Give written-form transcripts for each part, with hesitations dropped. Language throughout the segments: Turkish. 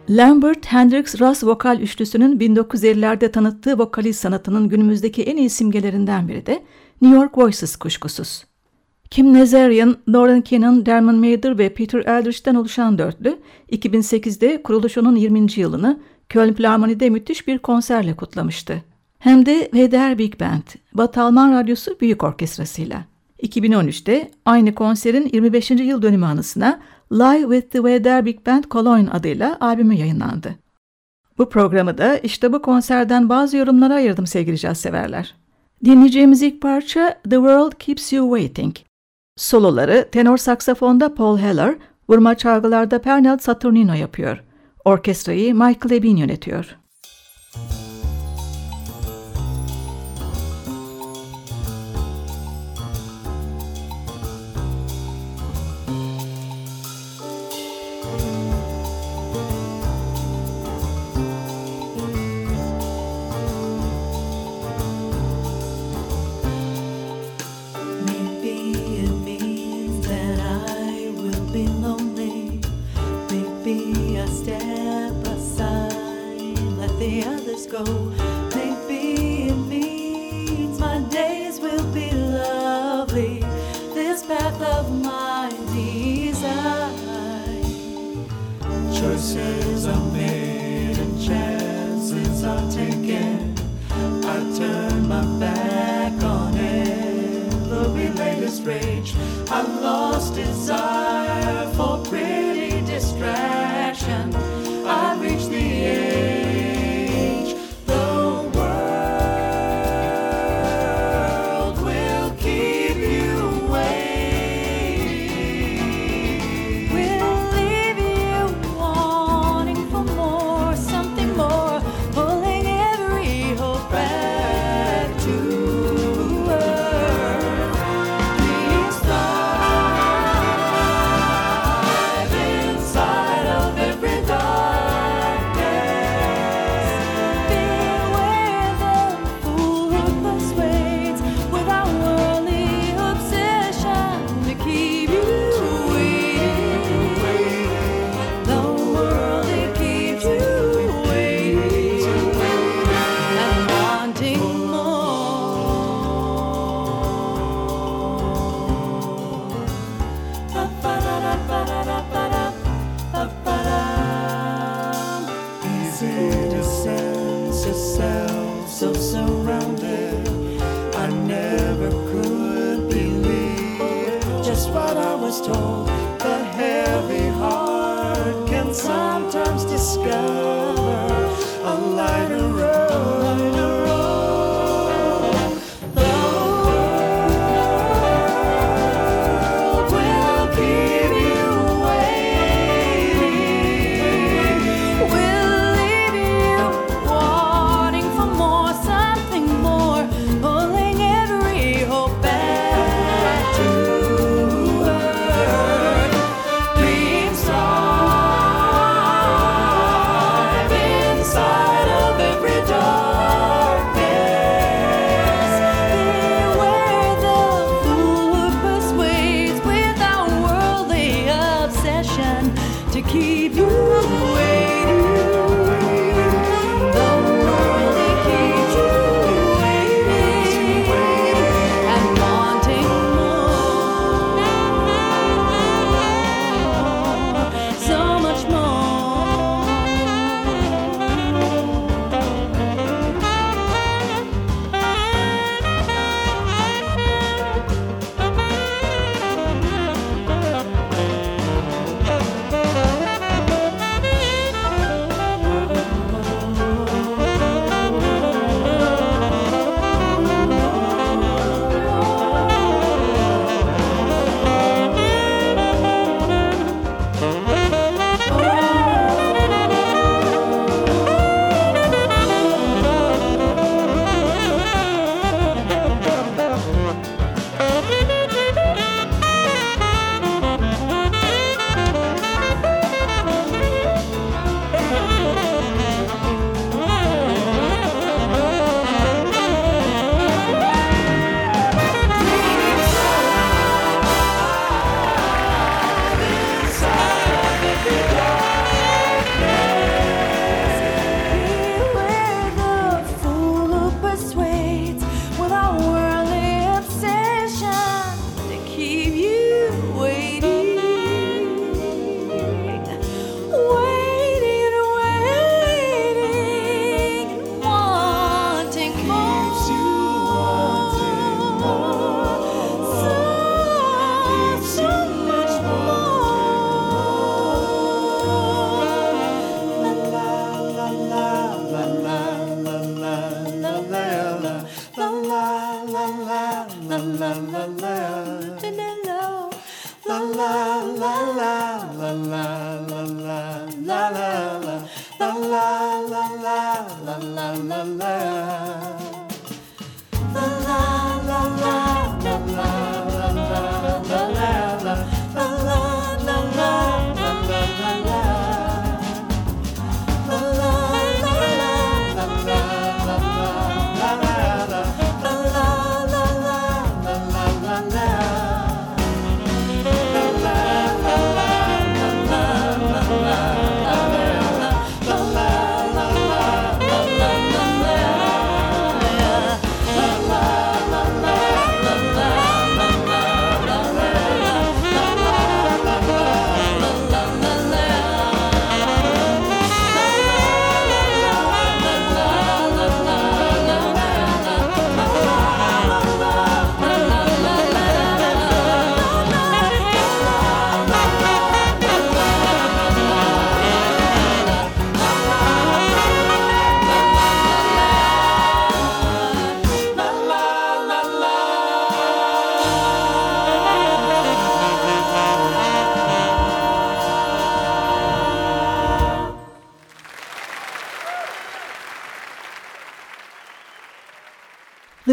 Lambert-Hendrix-Russ vokal üçlüsünün 1950'lerde tanıttığı vokalist sanatının günümüzdeki en iyi simgelerinden biri de New York Voices kuşkusuz. Kim Nazarian, Lauren Cannon, Derman Mather ve Peter Eldridge'den oluşan dörtlü, 2008'de kuruluşunun 20. yılını Köln Filarmoni'de müthiş bir konserle kutlamıştı. Hem de WDR Big Band, Batı Alman Radyosu Büyük Orkestrası'yla. 2013'te aynı konserin 25. yıl dönümü anısına Live with the WDR Big Band Cologne adıyla albümü yayınlandı. Bu programı da işte bu konserden bazı yorumlara ayırdım sevgili caz severler. Dinleyeceğimiz ilk parça The World Keeps You Waiting. Soloları tenor saksafonda Paul Heller, vurma çalgılarda Pernell Saturnino yapıyor. Orkestrayı Michael Ebin yönetiyor. Go. Maybe it means my days will be lovely. This path of my design. Choices are made and chances are taken. I turn my back on every latest rage. I've lost desire for pretty distraction. I've reached the edge. So surrounded, I never could believe just what I was told. The heavy heart can sometimes discover a lighter road.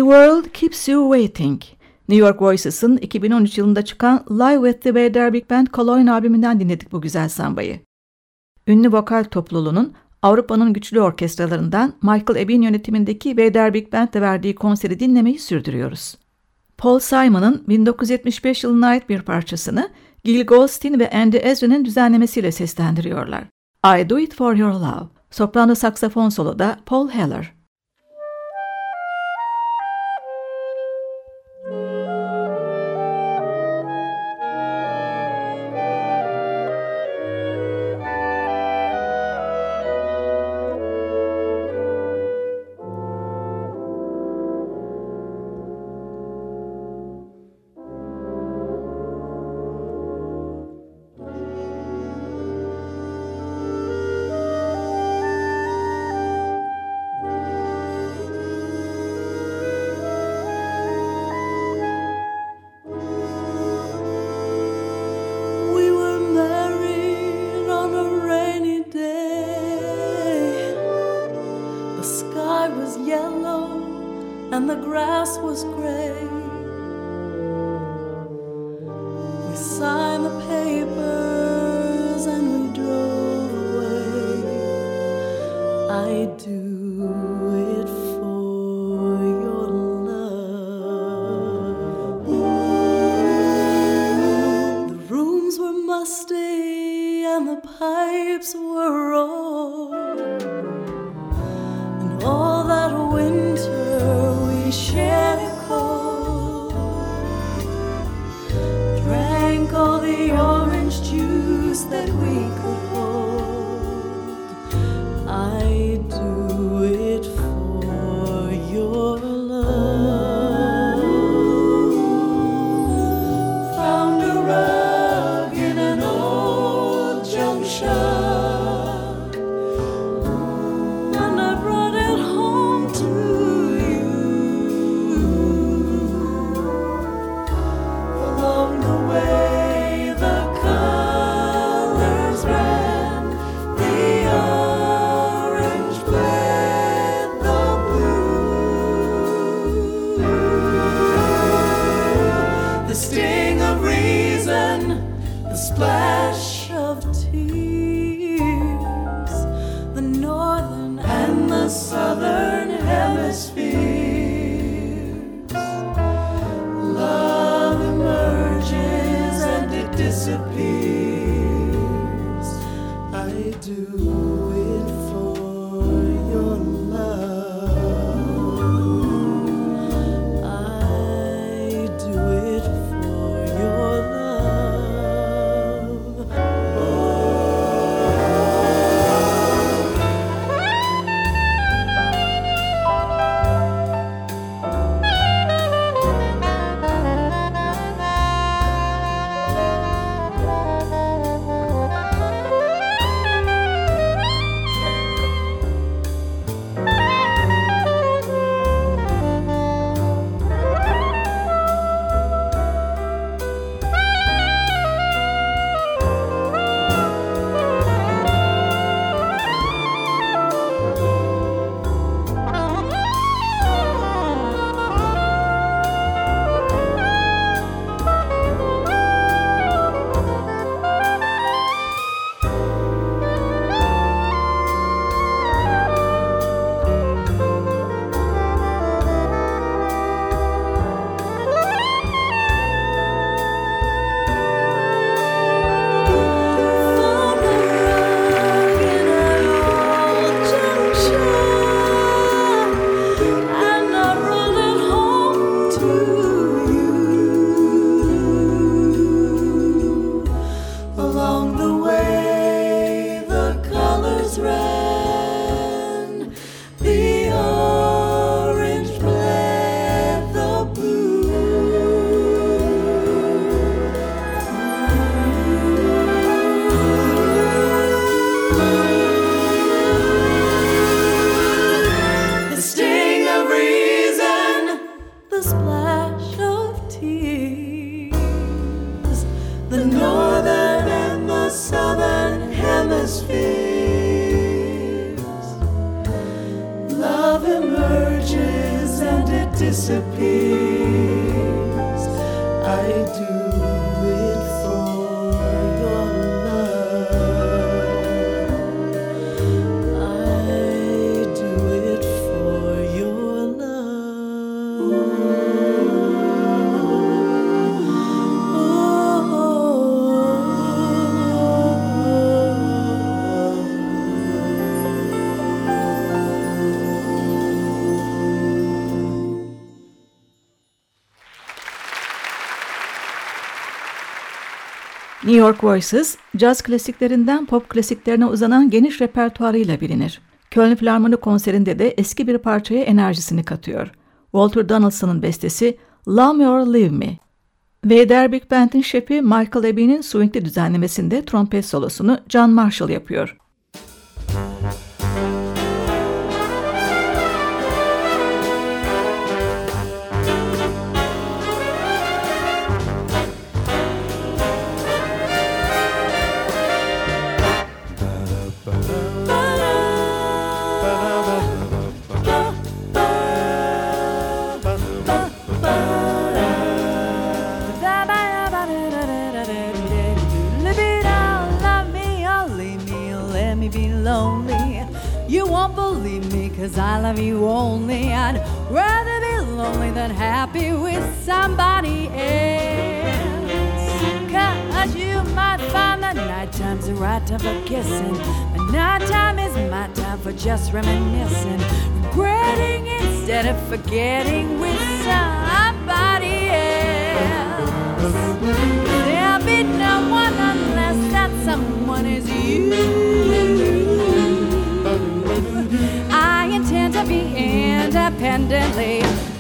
World Keeps You Waiting. New York Voices'ın 2013 yılında çıkan Live with the Weather Big Band Cologne albümünden dinledik bu güzel sambayı. Ünlü vokal topluluğunun Avrupa'nın güçlü orkestralarından Michael Ebb'in yönetimindeki Weather Big Band'le verdiği konseri dinlemeyi sürdürüyoruz. Paul Simon'ın 1975 yılına ait bir parçasını Gil Goldstein ve Andy Ezra'nın düzenlemesiyle seslendiriyorlar. I Do It For Your Love. Soprano saksafon soloda Paul Heller. And the grass was gray. We signed the papers and we drove away. I do it for your love. The rooms were musty and the pipes were raw, and all that winter we shared a cold, drank all the orange juice that we could hold. I do it for your love. Found a rug in an old junk shop, and I brought it home to splash of tears, the northern and the southern hemispheres. Love emerges and it disappears. I do it for your love. I do it for your love. disappears. I do it for your love. I do it for your love. New York Voices, caz klasiklerinden pop klasiklerine uzanan geniş repertuarıyla bilinir. Köln Filarmoni konserinde de eski bir parçaya enerjisini katıyor. Walter Donaldson'ın bestesi Love Me or Leave Me. Ve Der Big Band'in şefi Michael Abbey'nin swingli düzenlemesinde trompet solosunu John Marshall yapıyor. You won't believe me 'cause I love you only. I'd rather be lonely than happy with somebody else. 'Cause you might find that nighttime's the right time for kissing, but nighttime is my time for just reminiscing, regretting instead of forgetting with somebody else. There'll be no one unless that someone is you. I intend to be independently.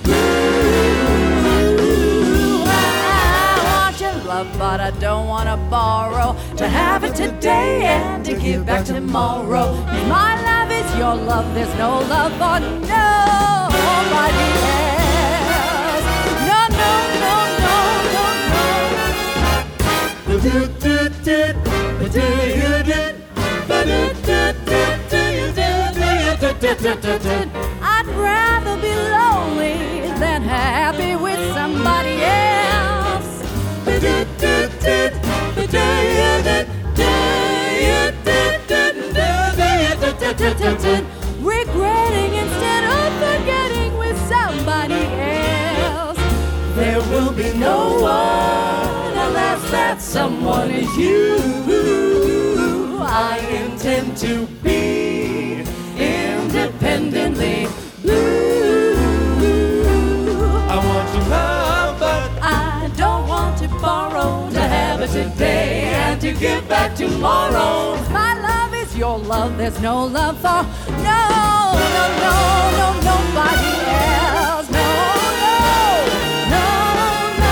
I want your love, but I don't want to borrow. To have it today and to give back tomorrow. My love is your love, there's no love for nobody else. No, no, no, no, no, I'd rather be lonely than happy with somebody else. Regretting instead of forgetting with somebody else. There will be no one unless that someone is you. I intend to be independently blue. I want your love, but I don't want to borrow. To have it today and to give back tomorrow. My love is your love, there's no love for nobody else. No, no, no, no.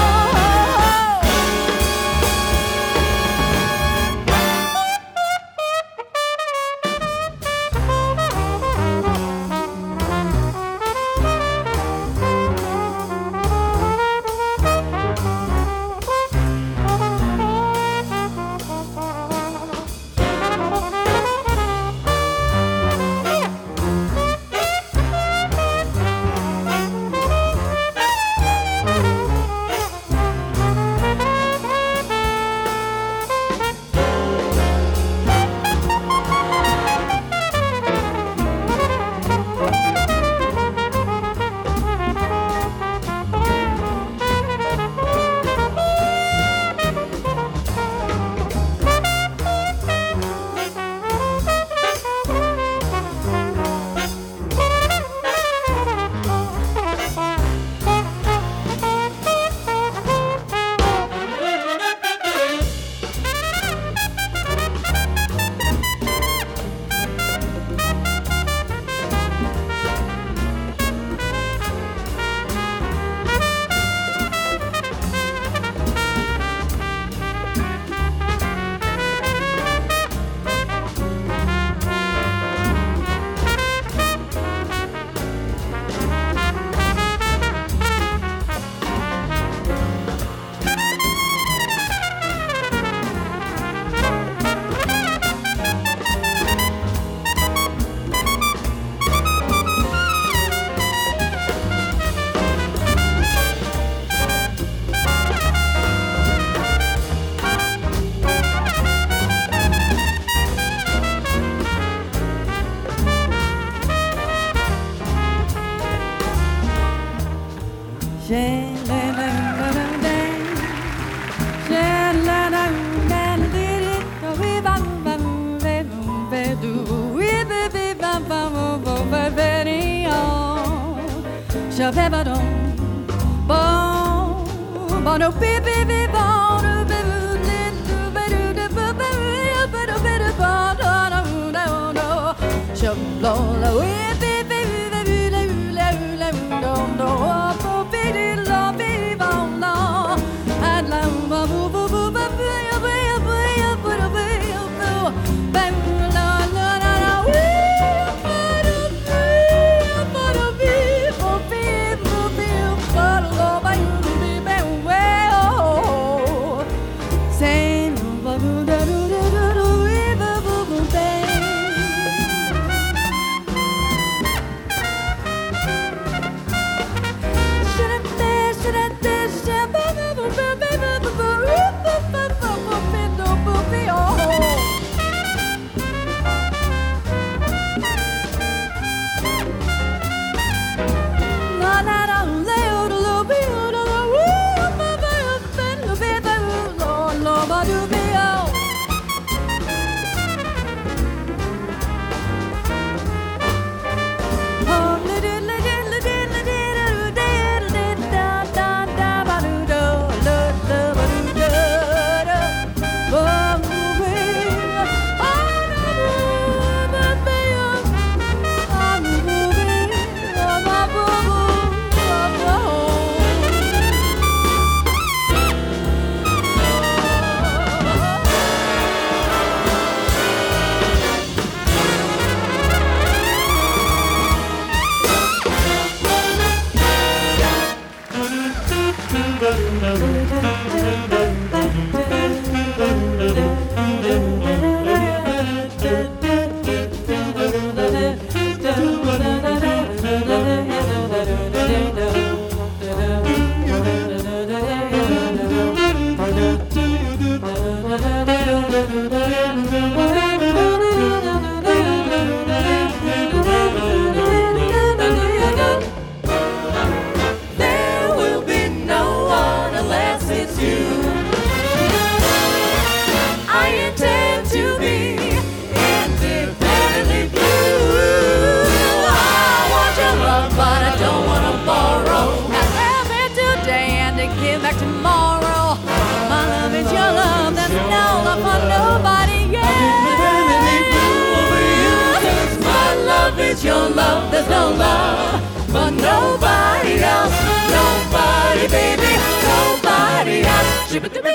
Your love, there's no love for nobody else. Nobody, baby, nobody else.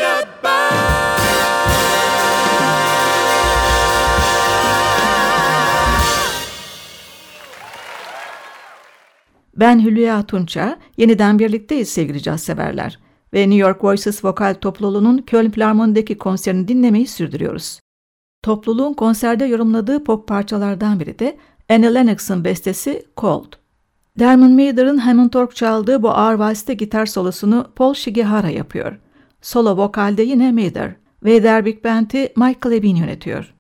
Ben Hülya Tunça, yeniden birlikteyiz sevgili caz severler. Ve New York Voices vokal topluluğunun Köln Filarmoni'deki konserini dinlemeyi sürdürüyoruz. Topluluğun konserde yorumladığı pop parçalardan biri de Annie Lennox'ın bestesi Cold. Dermot Meader'ın Hammond org çaldığı bu ağır vals'te gitar solosunu Paul Shigehara yapıyor. Solo vokalde yine Meader ve der Big Band'i Michael Levine yönetiyor.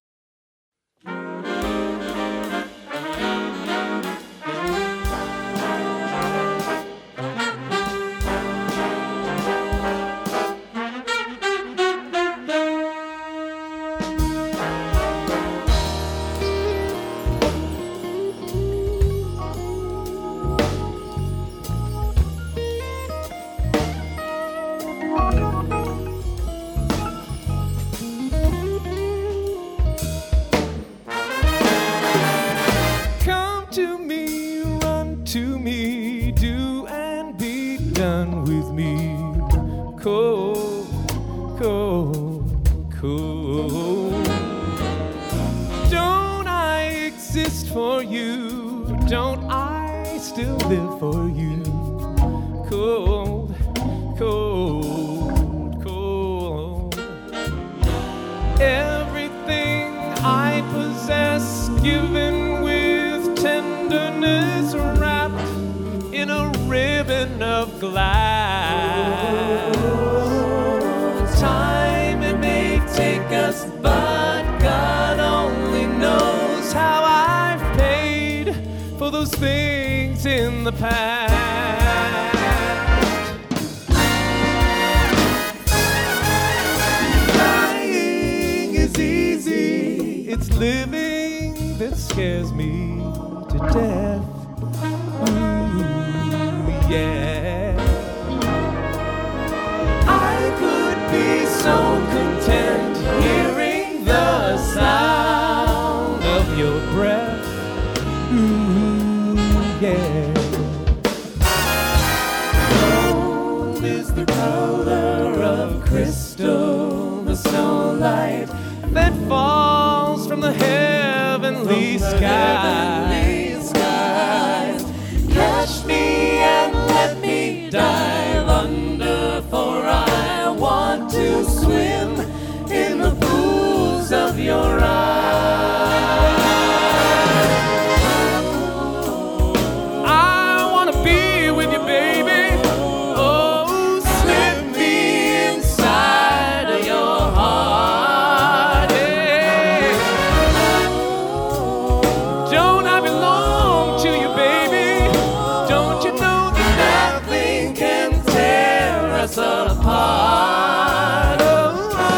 For you, don't I still live for you? Cold, cold, cold. Everything I possess, given with tenderness, wrapped in a ribbon of glass. Time it may take us, but God only knows how for those things in the past. Dying is easy, it's living that scares me to death. Ooh, yeah. I could be so content hearing the sound of your breath. Ooh, yeah. Gold is the color of crystal, the snow light that falls from the heavenly skies. Catch me and let me dive under, for I want to swim in the pools of your eyes. I want to be with you, baby. Oh, slip me inside of your heart. Yeah. Don't I belong to you, baby? Don't you know that nothing can tear us apart? Oh.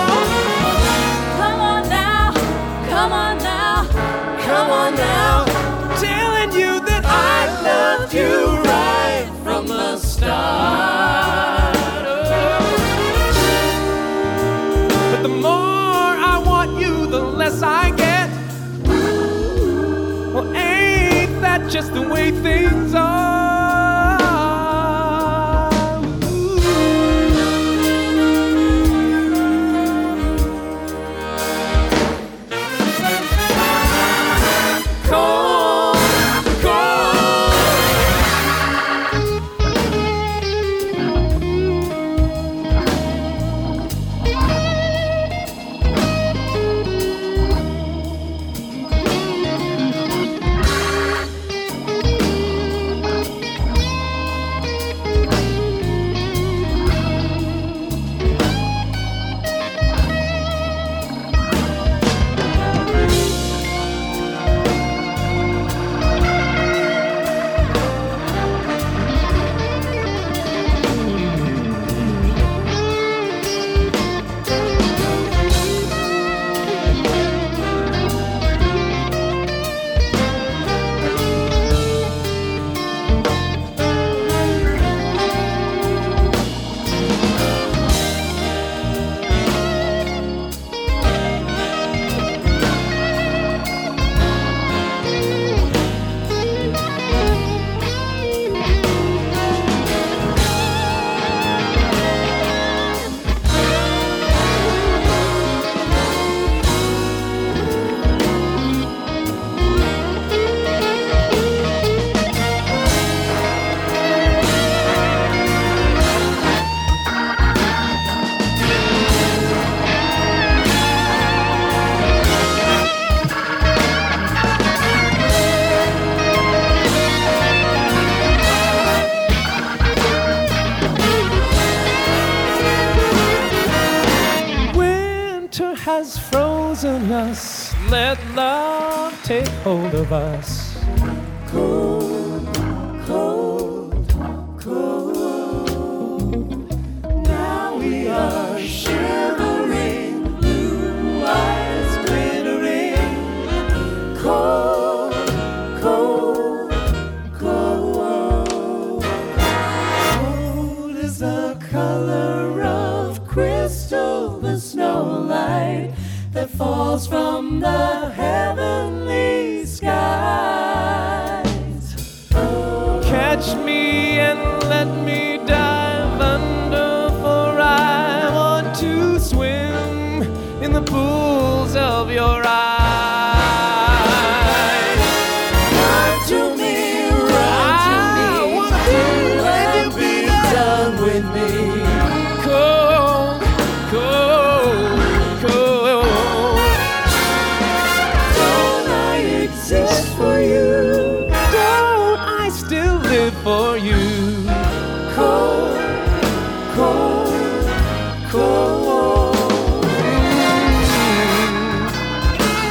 Come on now, come on now, Come on now, telling you that I loved you right from the start. Oh. But the more I want you, the less I get. Well, ain't that just the way things are? Cold, cold. Winter has frozen us. Let love take hold of us. Cold, cold, cold. Now we are shivering, blue eyes glittering. Cold, cold, cold. Cold is the color of crystal, the snow light that falls from the heavenly skies. Catch me and let me dive under, for I want to swim in the pools of your eyes. Run to me, run to me. I wanna be done with me. Cold, cold, cold. Don't I exist for you? Don't I still live for you? Cold, cold, cold.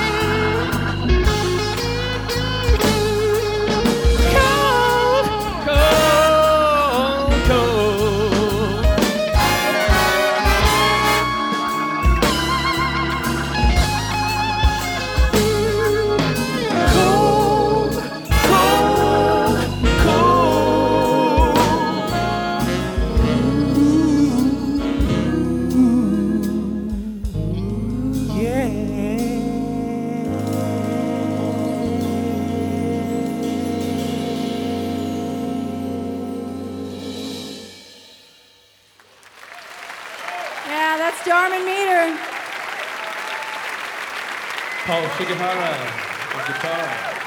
Paul Shigehara on guitar.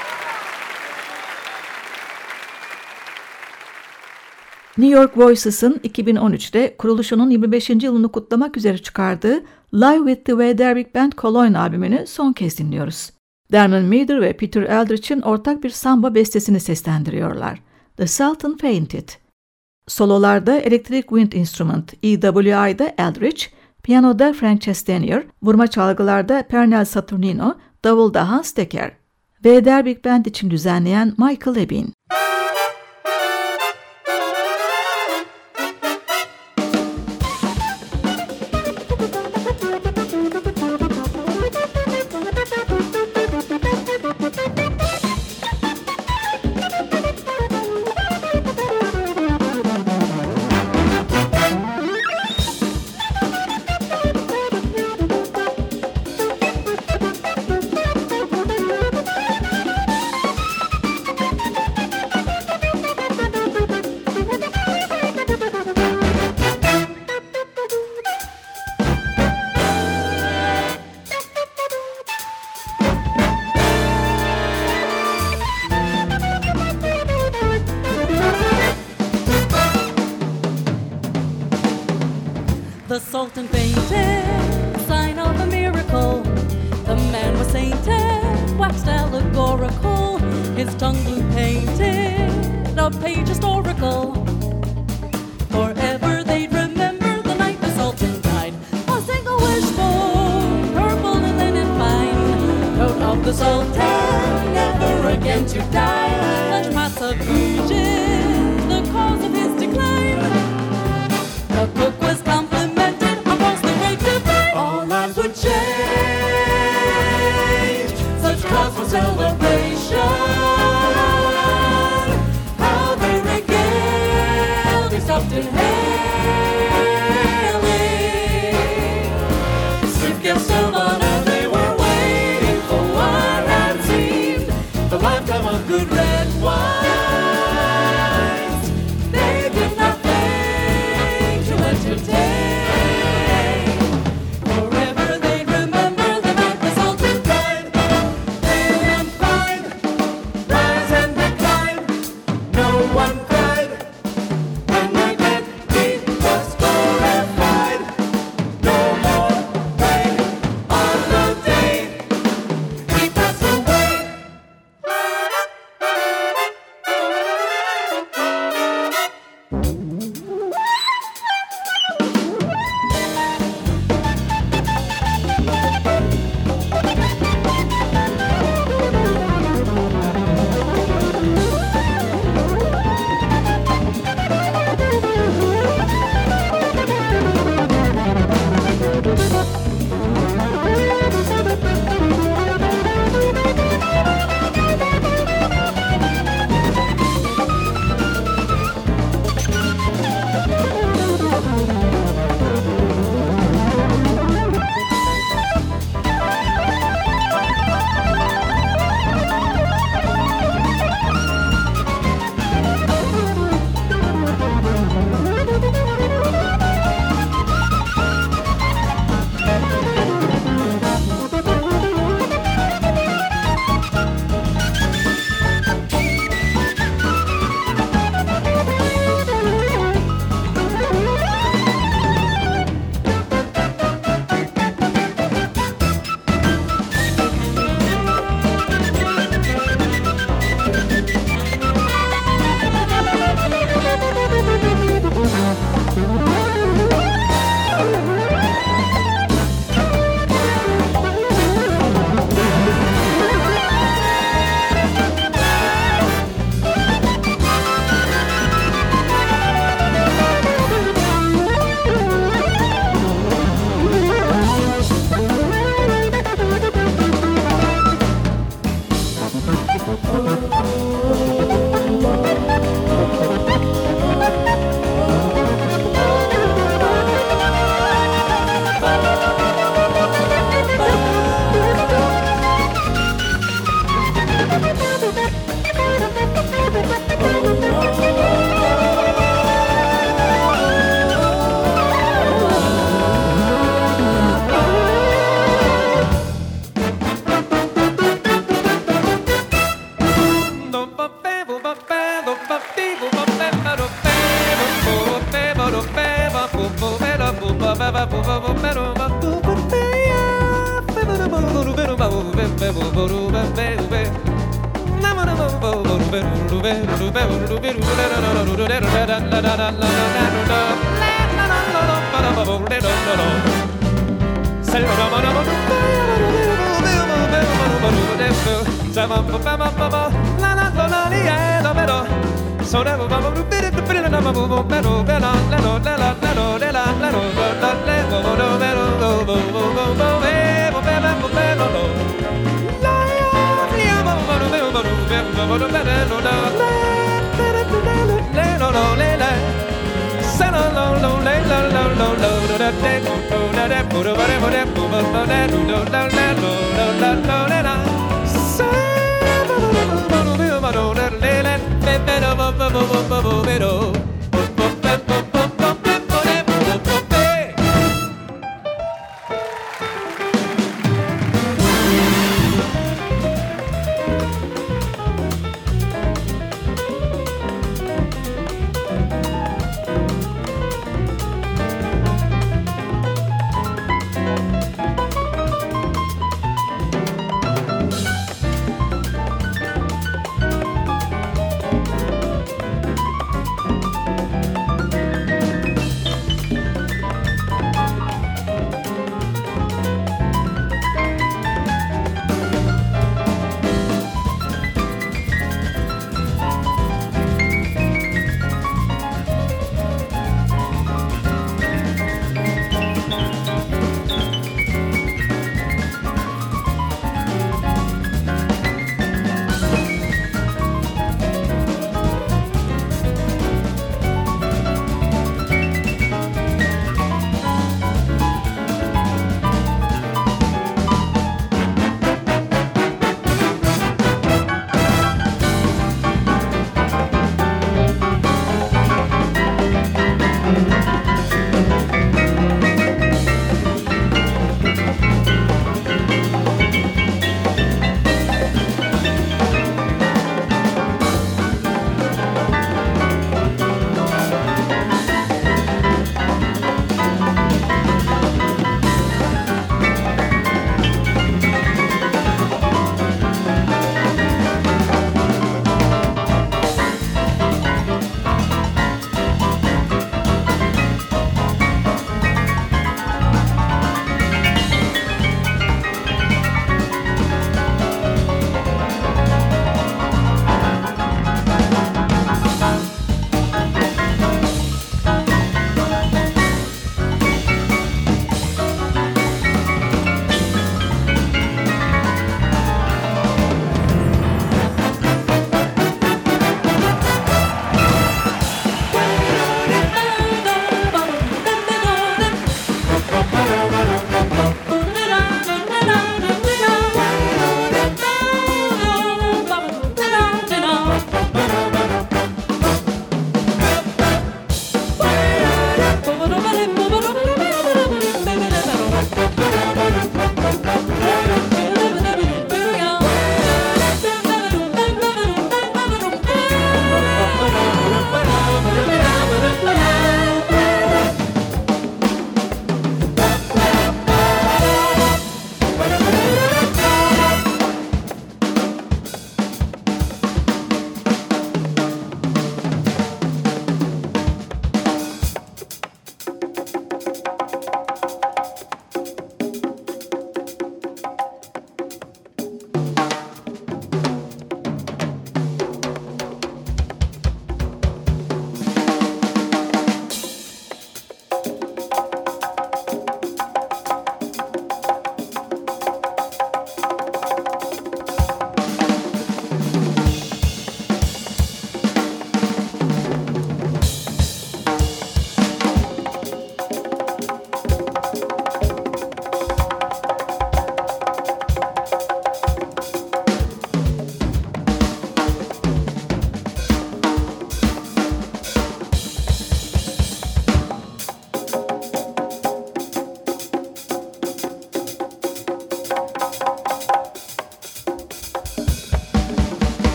New York Voices'ın 2013'te kuruluşunun 25. yılını kutlamak üzere çıkardığı Live with the Weather Big Band Cologne albümünü son kez dinliyoruz. Derman Meader ve Peter Eldridge'in ortak bir samba bestesini seslendiriyorlar. The Sultan Fainted. Sololarda Electric Wind Instrument EWI'da Eldridge, piyanoda Frank Chastanier, vurma çalgılarda Pernell Saturnino, davulda Hans Decker. Weather Big Band için düzenleyen Michael Levine. The Sultan fainted, sign of a miracle. The man was sainted, waxed allegorical. His tongue blue painted, a page historical. Forever they'd remember the night the Sultan died. A single wishbone, purple and linen fine. Coat of the Sultan, never again to die. Such mass of Egypt, the cause of his decline. The cook was complimented across the great divide. All lives would change, such cause for celebration. How they regaled, he stopped inhaling. Stiff guests of honor, they were waiting for what had seemed the lifetime of good red wine.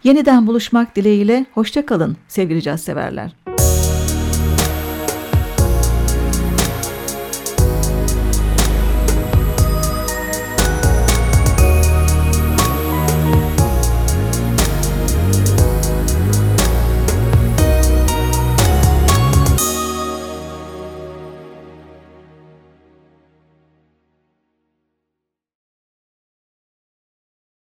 Yeniden buluşmak dileğiyle hoşça kalın sevgili caz severler.